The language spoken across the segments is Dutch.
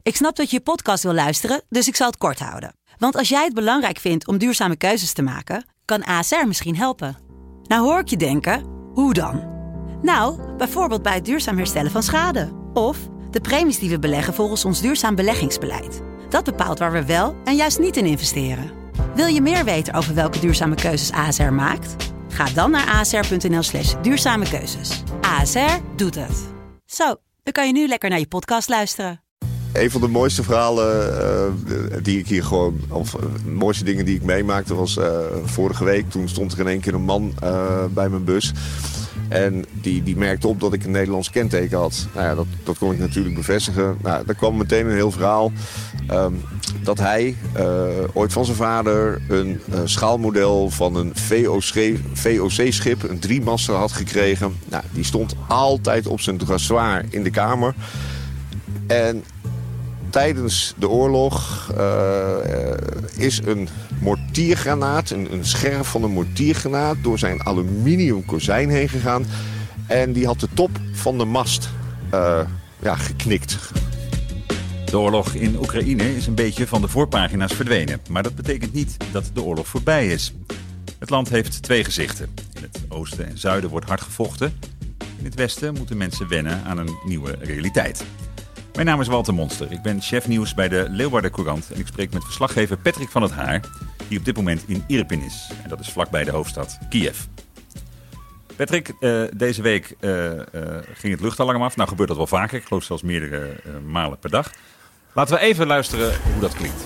Ik snap dat je podcast wil luisteren, dus ik zal het kort houden. Want als jij het belangrijk vindt om duurzame keuzes te maken, kan ASR misschien helpen. Nou hoor ik je denken, hoe dan? Nou, bijvoorbeeld bij het duurzaam herstellen van schade. Of de premies die we beleggen volgens ons duurzaam beleggingsbeleid. Dat bepaalt waar we wel en juist niet in investeren. Wil je meer weten over welke duurzame keuzes ASR maakt? Ga dan naar asr.nl/duurzame keuzes. ASR doet het. Zo, dan kan je nu lekker naar je podcast luisteren. Een van de mooiste verhalen die ik hier gewoon, of mooiste dingen die ik meemaakte was vorige week. Toen stond er in één keer een man bij mijn bus. En die merkte op dat ik een Nederlands kenteken had. Nou ja, dat kon ik natuurlijk bevestigen. Nou, daar kwam meteen een heel verhaal. Dat hij ooit van zijn vader een schaalmodel van een VOC-schip, een 3-master had gekregen. Nou, die stond altijd op zijn dressoir in de kamer. En tijdens de oorlog is een mortiergranaat, een scherf van een mortiergranaat, door zijn aluminium kozijn heen gegaan. En die had de top van de mast geknikt. De oorlog in Oekraïne is een beetje van de voorpagina's verdwenen. Maar dat betekent niet dat de oorlog voorbij is. Het land heeft twee gezichten. In het oosten en zuiden wordt hard gevochten. In het westen moeten mensen wennen aan een nieuwe realiteit. Mijn naam is Walter Monster. Ik ben chef nieuws bij de Leeuwarder Courant. En ik spreek met verslaggever Patrick van het Haar, die op dit moment in Irpin is. En dat is vlakbij de hoofdstad Kiev. Patrick, deze week ging het luchtalarm af. Nou gebeurt dat wel vaker. Ik geloof zelfs meerdere malen per dag. Laten we even luisteren hoe dat klinkt.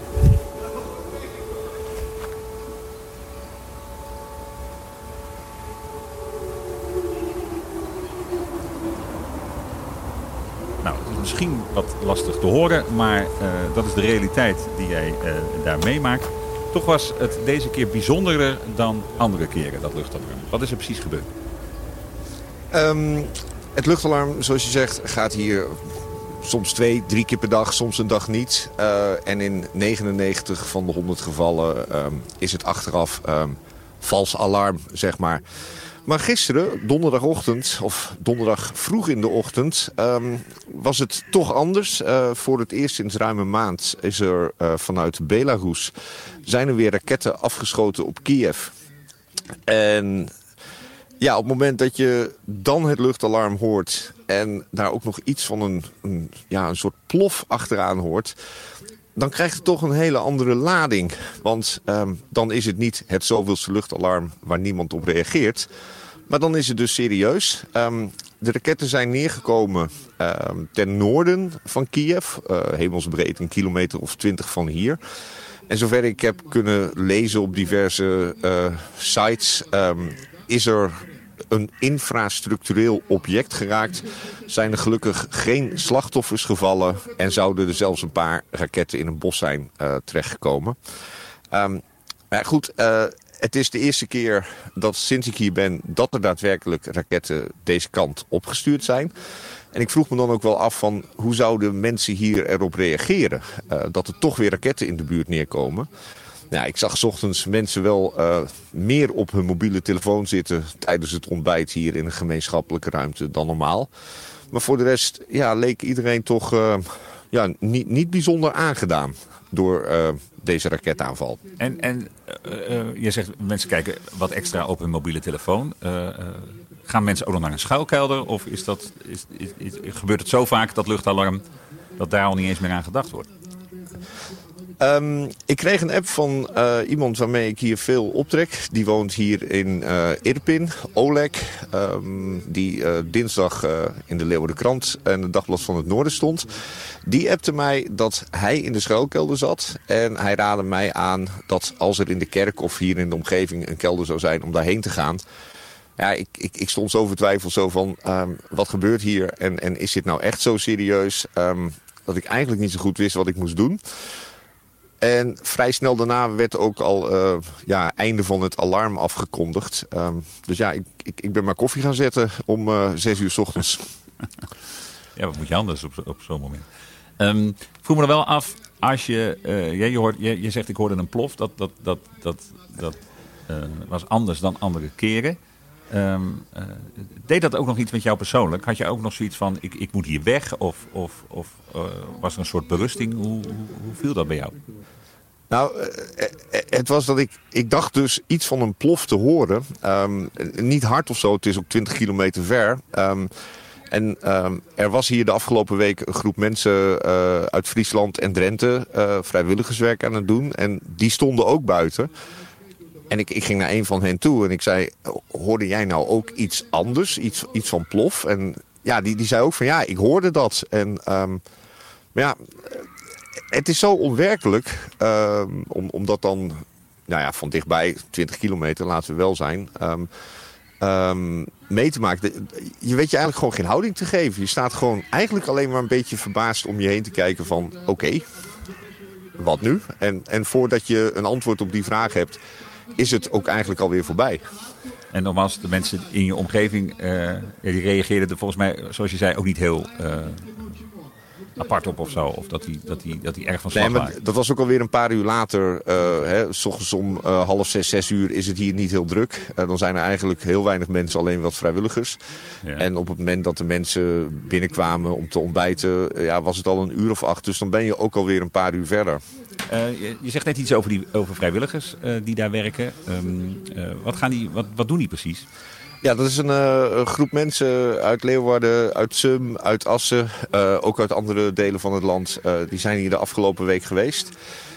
Nou, het is misschien wat lastig te horen, maar dat is de realiteit die jij daar meemaakt. Toch was het deze keer bijzonderder dan andere keren, dat luchtalarm. Wat is er precies gebeurd? Het luchtalarm, zoals je zegt, gaat hier soms 2, 3 keer per dag, soms een dag niet. En in 99 van de 100 gevallen is het achteraf vals alarm, zeg maar. Maar gisteren, donderdagochtend, of donderdag vroeg in de ochtend, was het toch anders. Voor het eerst sinds ruim een maand is er vanuit Belarus zijn er weer raketten afgeschoten op Kiev. En ja, op het moment dat je dan het luchtalarm hoort en daar ook nog iets van een soort plof achteraan hoort, dan krijgt het toch een hele andere lading. Want dan is het niet het zoveelste luchtalarm waar niemand op reageert. Maar dan is het dus serieus. De raketten zijn neergekomen ten noorden van Kiev. Hemelsbreed een kilometer of 20 van hier. En zover ik heb kunnen lezen op diverse sites, is er een infrastructureel object geraakt. Zijn er gelukkig geen slachtoffers gevallen en zouden er zelfs een paar raketten in een bos zijn terechtgekomen. Maar goed, het is de eerste keer dat sinds ik hier ben dat er daadwerkelijk raketten deze kant opgestuurd zijn. En ik vroeg me dan ook wel af van hoe zouden mensen hier erop reageren? Dat er toch weer raketten in de buurt neerkomen. Ja, ik zag 's ochtends mensen wel meer op hun mobiele telefoon zitten tijdens het ontbijt hier in een gemeenschappelijke ruimte dan normaal. Maar voor de rest leek iedereen toch niet bijzonder aangedaan door deze raketaanval. En je zegt mensen kijken wat extra op hun mobiele telefoon. Gaan mensen ook nog naar een schuilkelder? Of gebeurt het zo vaak, dat luchtalarm, dat daar al niet eens meer aan gedacht wordt? Ik kreeg een app van iemand waarmee ik hier veel optrek. Die woont hier in Irpin, Oleg. Die dinsdag in de Leeuwarder Krant en het Dagblad van het Noorden stond. Die appte mij dat hij in de schuilkelder zat. En hij raadde mij aan dat als er in de kerk of hier in de omgeving een kelder zou zijn, om daarheen te gaan. Ja, ik stond zo vertwijfeld zo van, wat gebeurt hier? En is dit nou echt zo serieus? Dat ik eigenlijk niet zo goed wist wat ik moest doen. En vrij snel daarna werd ook al einde van het alarm afgekondigd. Dus ja, ik ben maar koffie gaan zetten om 6 uur 's ochtends. Ja, wat moet je anders op zo'n moment? Ik vroeg me er wel af, als je zegt ik hoorde een plof, dat was anders dan andere keren. Deed dat ook nog iets met jou persoonlijk? Had je ook nog zoiets van, ik moet hier weg? Of was er een soort berusting? Hoe viel dat bij jou? Nou, het was dat ik dacht dus iets van een plof te horen. Niet hard of zo, het is ook 20 kilometer ver. Er was hier de afgelopen week een groep mensen uit Friesland en Drenthe vrijwilligerswerk aan het doen. En die stonden ook buiten. En ik ging naar een van hen toe en ik zei, hoorde jij nou ook iets anders? Iets van plof? En ja, die zei ook van ja, ik hoorde dat. En maar ja, het is zo onwerkelijk om dat dan van dichtbij, 20 kilometer, laten we wel zijn, mee te maken. Je weet je eigenlijk gewoon geen houding te geven. Je staat gewoon eigenlijk alleen maar een beetje verbaasd om je heen te kijken van oké, wat nu? En voordat je een antwoord op die vraag hebt, is het ook eigenlijk alweer voorbij. En nogmaals, de mensen in je omgeving, die reageerden er volgens mij, zoals je zei, ook niet heel apart op of zo. Of dat die erg van slag waren. Dat was ook alweer een paar uur later. 's ochtends om 5:30, 6:00 is het hier niet heel druk. Dan zijn er eigenlijk heel weinig mensen, alleen wat vrijwilligers. Ja. En op het moment dat de mensen binnenkwamen om te ontbijten, was het al 1:08. Dus dan ben je ook alweer een paar uur verder. Je zegt net iets over vrijwilligers die daar werken. Wat doen die precies? Ja, dat is een groep mensen uit Leeuwarden, uit Zum, uit Assen, ook uit andere delen van het land. Die zijn hier de afgelopen week geweest.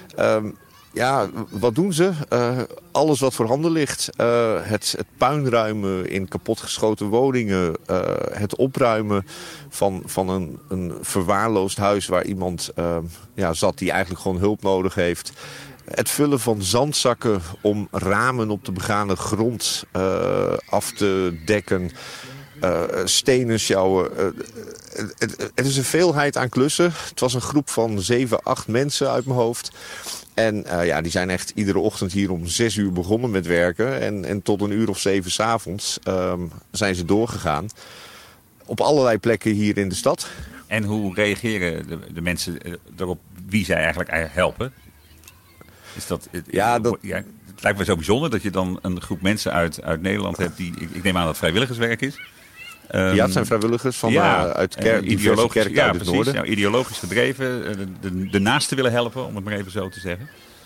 Wat doen ze? Alles wat voorhanden ligt. Het puinruimen in kapotgeschoten woningen. Het opruimen van een verwaarloosd huis waar iemand zat die eigenlijk gewoon hulp nodig heeft. Het vullen van zandzakken om ramen op de begane grond af te dekken. Stenen sjouwen. Het is een veelheid aan klussen. Het was een groep van 7, 8 mensen uit mijn hoofd. En die zijn echt iedere ochtend hier om 6:00 begonnen met werken. En tot 7:00 's avonds zijn ze doorgegaan. Op allerlei plekken hier in de stad. En hoe reageren de mensen erop wie zij eigenlijk helpen? Is dat, het lijkt me zo bijzonder dat je dan een groep mensen uit Nederland hebt die, ik neem aan dat het vrijwilligerswerk is. Het zijn vrijwilligers van uit diverse kerken uit het noorden. Ja, ideologisch gedreven, de naasten willen helpen, om het maar even zo te zeggen.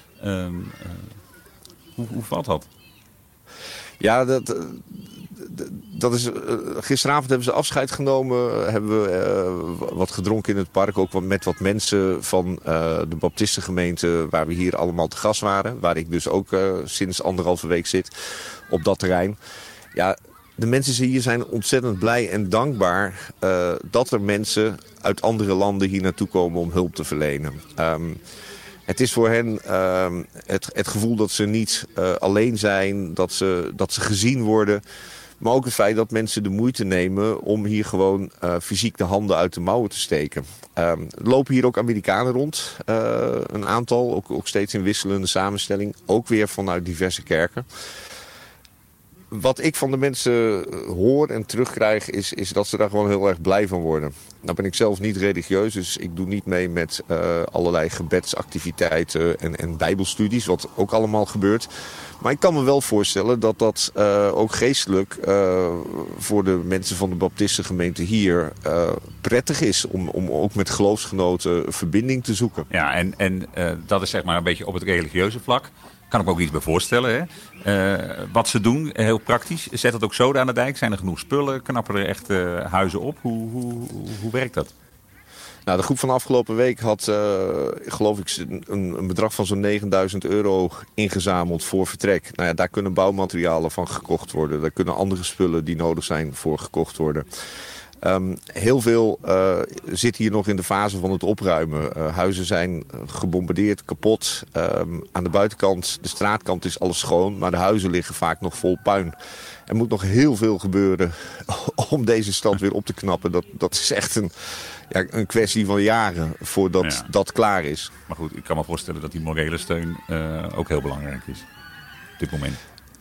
Hoe valt dat? Ja, dat is. Gisteravond hebben ze afscheid genomen. Hebben we wat gedronken in het park. Ook met wat mensen van de Baptistengemeente waar we hier allemaal te gast waren. Waar ik dus ook sinds 1,5 week zit op dat terrein. Ja, de mensen hier zijn ontzettend blij en dankbaar dat er mensen uit andere landen hier naartoe komen om hulp te verlenen. Het is voor hen het gevoel dat ze niet alleen zijn, dat ze gezien worden. Maar ook het feit dat mensen de moeite nemen om hier gewoon fysiek de handen uit de mouwen te steken. Er lopen hier ook Amerikanen rond, een aantal, ook steeds in wisselende samenstelling. Ook weer vanuit diverse kerken. Wat ik van de mensen hoor en terugkrijg is dat ze daar gewoon heel erg blij van worden. Nou ben ik zelf niet religieus, dus ik doe niet mee met allerlei gebedsactiviteiten en bijbelstudies, wat ook allemaal gebeurt. Maar ik kan me wel voorstellen dat dat ook geestelijk voor de mensen van de Baptistengemeente hier prettig is om ook met geloofsgenoten verbinding te zoeken. Ja, en dat is zeg maar een beetje op het religieuze vlak. Kan ik me ook iets bij voorstellen. Hè? Wat ze doen, heel praktisch. Zet het ook zoden aan de dijk? Zijn er genoeg spullen? Knappen er echt huizen op? Hoe werkt dat? Nou, de groep van de afgelopen week had, geloof ik, een bedrag van zo'n €9.000 ingezameld voor vertrek. Nou ja, daar kunnen bouwmaterialen van gekocht worden. Daar kunnen andere spullen die nodig zijn voor gekocht worden. Heel veel zit hier nog in de fase van het opruimen. Huizen zijn gebombardeerd, kapot. Aan de buitenkant, de straatkant is alles schoon, maar de huizen liggen vaak nog vol puin. Er moet nog heel veel gebeuren om deze stad weer op te knappen. Dat is echt een kwestie van jaren voordat dat klaar is. Maar goed, ik kan me voorstellen dat die morele steun ook heel belangrijk is op dit moment.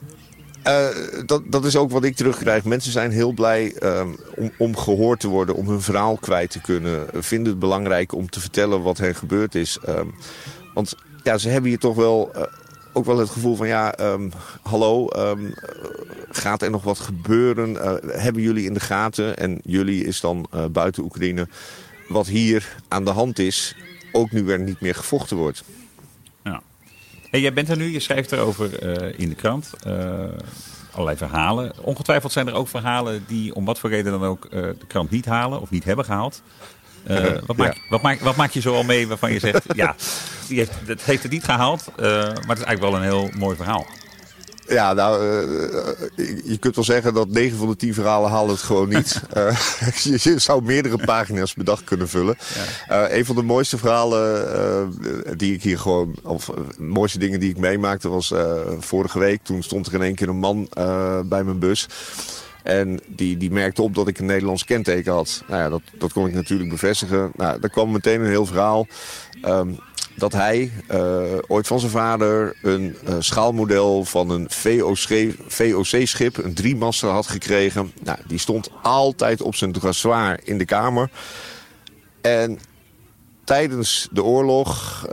Dat is ook wat ik terugkrijg. Mensen zijn heel blij om gehoord te worden, om hun verhaal kwijt te kunnen. Vinden het belangrijk om te vertellen wat hen gebeurd is. Want ja, ze hebben hier toch wel ook wel het gevoel van hallo, gaat er nog wat gebeuren? Hebben jullie in de gaten, en jullie is dan buiten Oekraïne, wat hier aan de hand is, ook nu er niet meer gevochten wordt? Ja. Hey, jij bent er nu, je schrijft erover in de krant. Allerlei verhalen. Ongetwijfeld zijn er ook verhalen die om wat voor reden dan ook de krant niet halen of niet hebben gehaald. Wat maak je zo al mee waarvan je zegt, het heeft het niet gehaald, maar het is eigenlijk wel een heel mooi verhaal. Ja, nou, je kunt wel zeggen dat 9 van de 10 verhalen halen het gewoon niet. Je zou meerdere pagina's per dag kunnen vullen. Ja. Een van de mooiste verhalen die ik hier gewoon, of mooiste dingen die ik meemaakte was vorige week. Toen stond er in één keer een man bij mijn bus. En die merkte op dat ik een Nederlands kenteken had. Nou ja, dat kon ik natuurlijk bevestigen. Nou, daar kwam meteen een heel verhaal. Dat hij ooit van zijn vader een schaalmodel van een VOC-schip, een 3-master, had gekregen. Nou, die stond altijd op zijn dressoir in de kamer. En tijdens de oorlog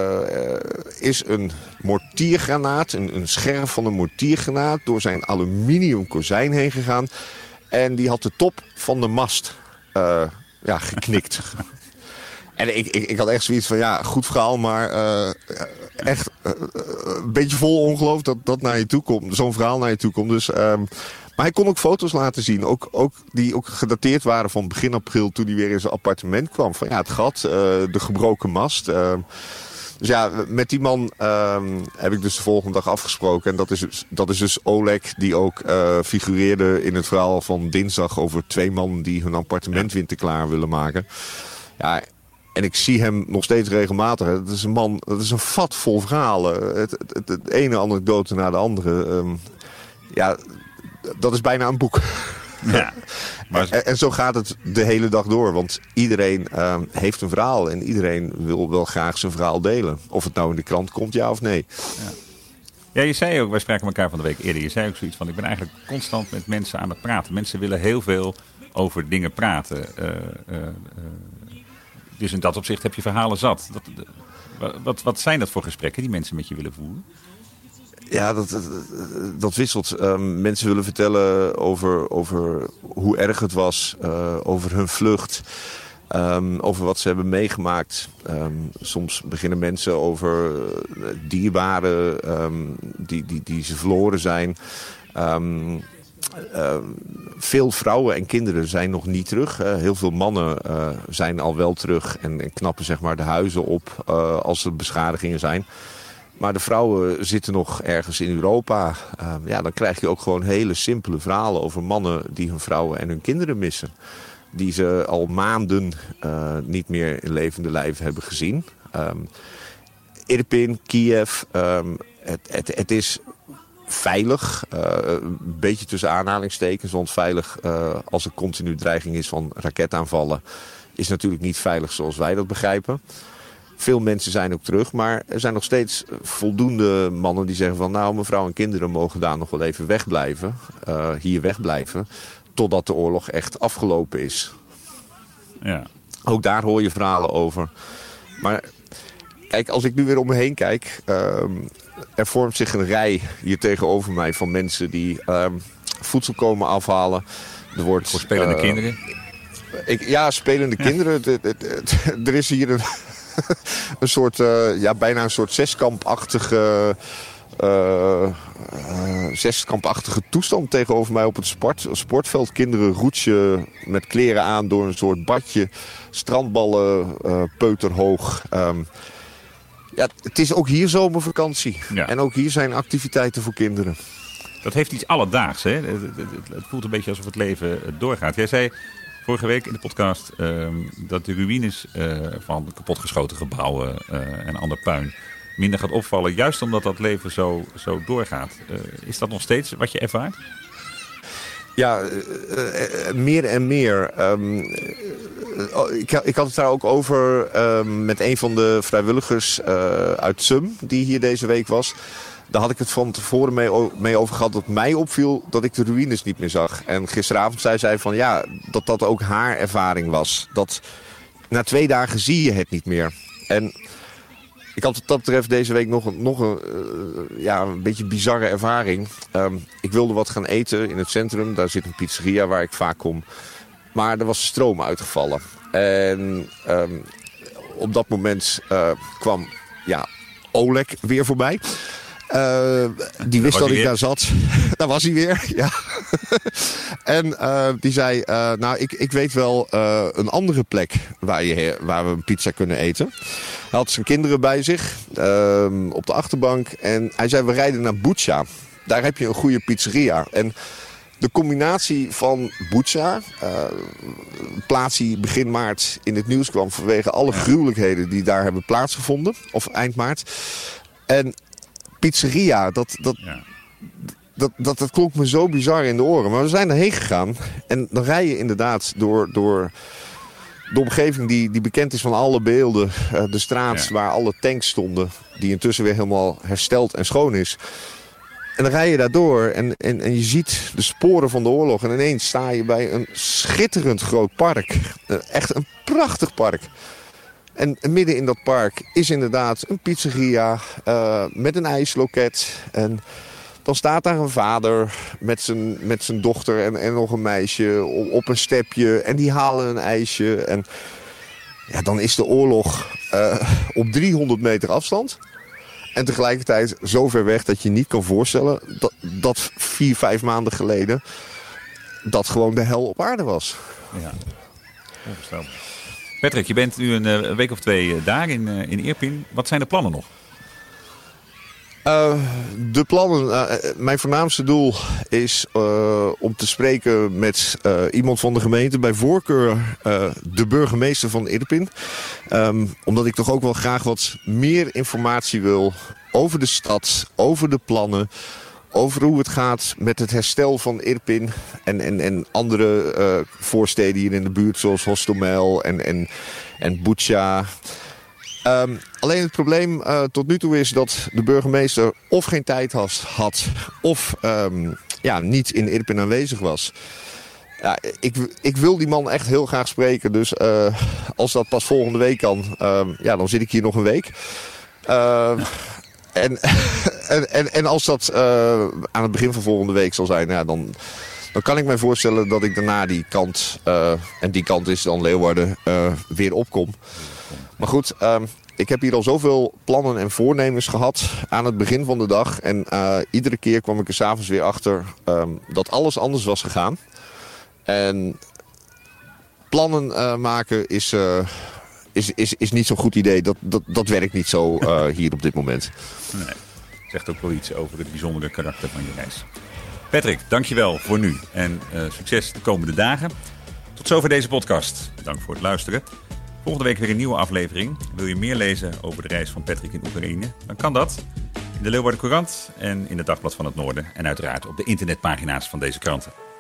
is een mortiergranaat, een scherf van een mortiergranaat, door zijn aluminium kozijn heen gegaan. En die had de top van de mast geknikt. En ik had echt zoiets van, goed verhaal, maar echt een beetje vol ongeloof dat naar je toe komt, zo'n verhaal naar je toe komt. Dus, maar hij kon ook foto's laten zien, die ook gedateerd waren van begin april, toen hij weer in zijn appartement kwam. Van het gat, de gebroken mast. Dus ja, met die man heb ik dus de volgende dag afgesproken. En dat is dus Oleg, die ook figureerde in het verhaal van dinsdag over 2 mannen die hun appartement winterklaar willen maken. Ja. En ik zie hem nog steeds regelmatig. Het is een man, dat is een vat vol verhalen. Het ene anekdote na de andere. Dat is bijna een boek. Ja, maar... en zo gaat het de hele dag door. Want iedereen heeft een verhaal. En iedereen wil wel graag zijn verhaal delen. Of het nou in de krant komt, ja of nee. Ja, je zei ook, wij spraken elkaar van de week eerder. Je zei ook zoiets van, ik ben eigenlijk constant met mensen aan het praten. Mensen willen heel veel over dingen praten. Dus in dat opzicht heb je verhalen zat. Wat zijn dat voor gesprekken die mensen met je willen voeren? Ja, dat wisselt. Mensen willen vertellen over hoe erg het was. Over hun vlucht. Over wat ze hebben meegemaakt. Soms beginnen mensen over dierbaren die ze verloren zijn. Veel vrouwen en kinderen zijn nog niet terug. Heel veel mannen zijn al wel terug en knappen zeg maar de huizen op als er beschadigingen zijn. Maar de vrouwen zitten nog ergens in Europa. Dan krijg je ook gewoon hele simpele verhalen over mannen die hun vrouwen en hun kinderen missen. Die ze al maanden niet meer in levende lijf hebben gezien. Irpin, Kiev, het is veilig, een beetje tussen aanhalingstekens, want veilig als er continu dreiging is van raketaanvallen is natuurlijk niet veilig zoals wij dat begrijpen. Veel mensen zijn ook terug, maar er zijn nog steeds voldoende mannen die zeggen van nou, mevrouw en kinderen mogen daar nog wel even wegblijven, hier wegblijven, totdat de oorlog echt afgelopen is. Ja. Ook daar hoor je verhalen over. Maar kijk, als ik nu weer om me heen kijk, er vormt zich een rij hier tegenover mij van mensen die voedsel komen afhalen. Er wordt voor spelende kinderen? Spelende kinderen. Er is hier een soort, bijna een soort zeskampachtige toestand tegenover mij op het sportveld. Kinderen roetsen met kleren aan door een soort badje. Strandballen, peuterhoog. Het is ook hier zomervakantie. Ja. En ook hier zijn activiteiten voor kinderen. Dat heeft iets alledaags, hè? Het voelt een beetje alsof het leven doorgaat. Jij zei vorige week in de podcast dat de ruïnes van kapotgeschoten gebouwen en ander puin minder gaat opvallen. Juist omdat dat leven zo doorgaat. Is dat nog steeds wat je ervaart? Ja, meer en meer. Ik had het daar ook over met een van de vrijwilligers uit SUM die hier deze week was. Daar had ik het van tevoren mee over gehad dat mij opviel dat ik de ruïnes niet meer zag. En gisteravond zei zij van dat ook haar ervaring was. Dat na 2 dagen zie je het niet meer. En Ik had wat dat betreft deze week nog een beetje bizarre ervaring. Ik wilde wat gaan eten in het centrum. Daar zit een pizzeria waar ik vaak kom. Maar er was de stroom uitgevallen. En op dat moment kwam Oleg weer voorbij. Die wist dat ik daar zat. Daar was hij weer, ja. En die zei, ik weet wel een andere plek waar we een pizza kunnen eten. Hij had zijn kinderen bij zich op de achterbank. En hij zei, we rijden naar Bucha. Daar heb je een goede pizzeria. En de combinatie van Bucha, plaats die begin maart in het nieuws kwam vanwege alle gruwelijkheden die daar hebben plaatsgevonden. Of eind maart. En pizzeria, dat klonk me zo bizar in de oren. Maar we zijn erheen gegaan. En dan rij je inderdaad door de omgeving die bekend is van alle beelden. De straat waar alle tanks stonden. Die intussen weer helemaal hersteld en schoon is. En dan rij je daardoor en je ziet de sporen van de oorlog. En ineens sta je bij een schitterend groot park. Echt een prachtig park. En midden in dat park is inderdaad een pizzeria met een ijsloket. En dan staat daar een vader met zijn dochter en nog een meisje op een stepje. En die halen een ijsje. En ja, dan is de oorlog op 300 meter afstand. En tegelijkertijd zo ver weg dat je niet kan voorstellen dat 4-5 maanden geleden dat gewoon de hel op aarde was. Ja, onvoorstelbaar. Patrick, je bent nu een week of 2 daar in Irpin. Wat zijn de plannen nog? De plannen, mijn voornaamste doel is om te spreken met iemand van de gemeente. Bij voorkeur de burgemeester van Irpin. Omdat ik toch ook wel graag wat meer informatie wil over de stad, over de plannen. Over hoe het gaat met het herstel van Irpin en andere voorsteden hier in de buurt. Zoals Hostomel en Bucha. Alleen het probleem tot nu toe is dat de burgemeester of geen tijd had of niet in Irpin aanwezig was. Ja, ik wil die man echt heel graag spreken. Dus als dat pas volgende week kan, dan zit ik hier nog een week. En als dat aan het begin van volgende week zal zijn, dan kan ik mij voorstellen dat ik daarna die kant, en die kant is dan Leeuwarden, weer opkom. Maar goed, ik heb hier al zoveel plannen en voornemens gehad aan het begin van de dag. En iedere keer kwam ik er 's avonds weer achter dat alles anders was gegaan. En plannen maken is niet zo'n goed idee. Dat werkt niet zo hier op dit moment. Nee, zegt ook wel iets over het bijzondere karakter van je reis. Patrick, dankjewel voor nu. En succes de komende dagen. Tot zover deze podcast. Dank voor het luisteren. Volgende week weer een nieuwe aflevering. Wil je meer lezen over de reis van Patrick in Oekraïne? Dan kan dat in de Leeuwarden Courant en in het Dagblad van het Noorden. En uiteraard op de internetpagina's van deze kranten.